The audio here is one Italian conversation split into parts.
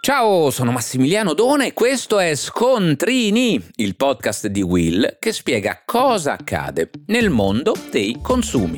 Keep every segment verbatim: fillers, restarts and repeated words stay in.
Ciao, sono Massimiliano Dona e questo è Scontrini, il podcast di Will che spiega cosa accade nel mondo dei consumi.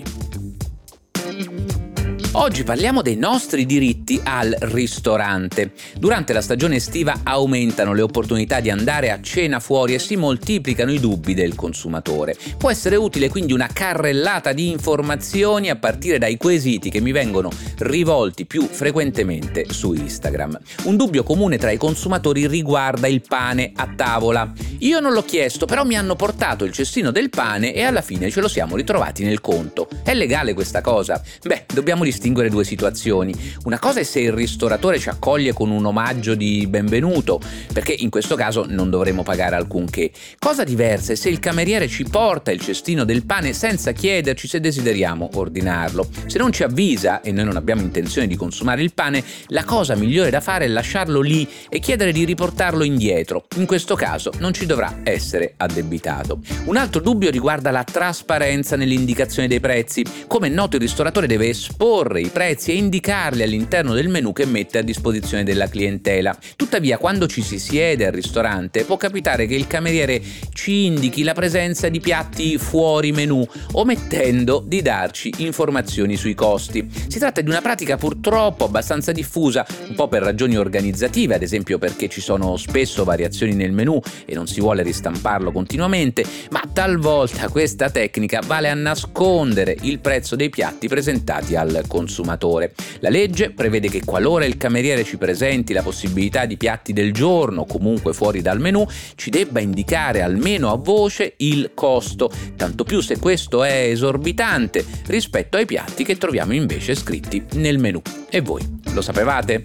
Oggi parliamo dei nostri diritti al ristorante. Durante la stagione estiva aumentano le opportunità di andare a cena fuori e si moltiplicano i dubbi del consumatore. Può essere utile quindi una carrellata di informazioni a partire dai quesiti che mi vengono rivolti più frequentemente su Instagram. Un dubbio comune tra i consumatori riguarda il pane a tavola. Io non l'ho chiesto, però mi hanno portato il cestino del pane e alla fine ce lo siamo ritrovati nel conto. È legale questa cosa? Beh, dobbiamo distinguere due situazioni. Una cosa è se il ristoratore ci accoglie con un omaggio di benvenuto, perché in questo caso non dovremo pagare alcunché. Cosa diversa è se il cameriere ci porta il cestino del pane senza chiederci se desideriamo ordinarlo. Se non ci avvisa e noi non abbiamo intenzione di consumare il pane, la cosa migliore da fare è lasciarlo lì e chiedere di riportarlo indietro. In questo caso non ci dovrà essere addebitato. Un altro dubbio riguarda la trasparenza nell'indicazione dei prezzi. Come è noto, il ristoratore deve esporre i prezzi e indicarli all'interno del menù che mette a disposizione della clientela. Tuttavia, quando ci si siede al ristorante, può capitare che il cameriere ci indichi la presenza di piatti fuori menù, omettendo di darci informazioni sui costi. Si tratta di una pratica purtroppo abbastanza diffusa, un po' per ragioni organizzative, ad esempio perché ci sono spesso variazioni nel menù e non si vuole ristamparlo continuamente, ma talvolta questa tecnica vale a nascondere il prezzo dei piatti presentati al consumatore. La legge prevede che qualora il cameriere ci presenti la possibilità di piatti del giorno, comunque fuori dal menù, ci debba indicare almeno a voce il costo, tanto più se questo è esorbitante rispetto ai piatti che troviamo invece scritti nel menù. E voi lo sapevate?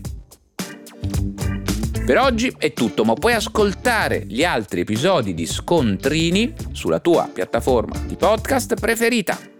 Per oggi è tutto, ma puoi ascoltare gli altri episodi di Scontrini sulla tua piattaforma di podcast preferita.